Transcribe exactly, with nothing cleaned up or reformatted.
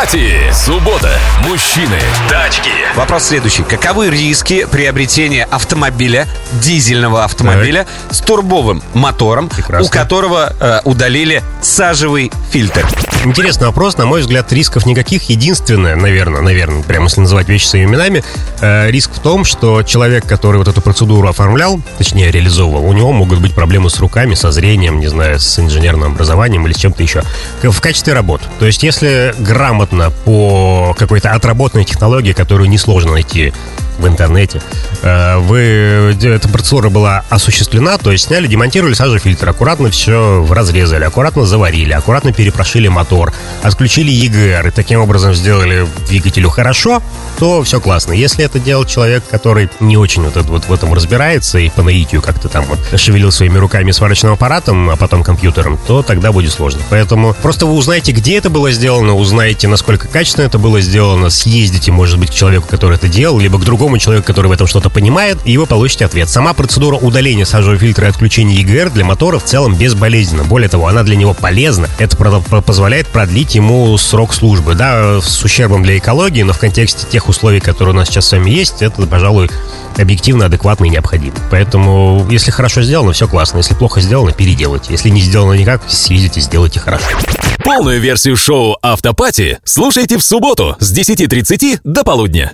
Автопати. Суббота. Мужчины. Тачки. Вопрос следующий. Каковы риски приобретения автомобиля, дизельного автомобиля с турбовым мотором, Прекрасно. у которого э, удалили сажевый фильтр? Интересный вопрос. На мой взгляд, рисков никаких. Единственное, наверное, наверное, прямо если называть вещи своими именами, э, риск в том, что человек, который вот эту процедуру оформлял, точнее реализовывал, у него могут быть проблемы с руками, со зрением, не знаю, с инженерным образованием или с чем-то еще. В качестве работ. То есть, если грамотно по какой-то отработанной технологии, которую несложно найти в интернете, вы, эта процедура была осуществлена, то есть сняли, демонтировали сажевый фильтр, аккуратно все разрезали, аккуратно заварили, аккуратно перепрошили мотор, отключили и джи ар и таким образом сделали двигателю хорошо, то все классно. Если это делал человек, который не очень вот, это, вот в этом разбирается и по наитию как-то там вот шевелил своими руками сварочным аппаратом, а потом компьютером, то тогда будет сложно. Поэтому просто вы узнаете, где это было сделано, узнаете, насколько качественно это было сделано, съездите, может быть, к человеку, который это делал, либо к другому человеку, который в этом что-то понимает, и вы получите ответ. Сама процедура удаления сажевого фильтра и отключения и джи ар для мотора в целом безболезненна. Более того, она для него полезна. Это позволяет продлить ему срок службы. Да, с ущербом для экологии, но в контексте тех условий, которые у нас сейчас с вами есть, это, пожалуй, объективно, адекватно и необходимо. Поэтому, если хорошо сделано, все классно. Если плохо сделано, переделайте. Если не сделано никак, съездите, сделайте хорошо. Полную версию шоу «Автопати» слушайте в субботу с десяти тридцати до полудня.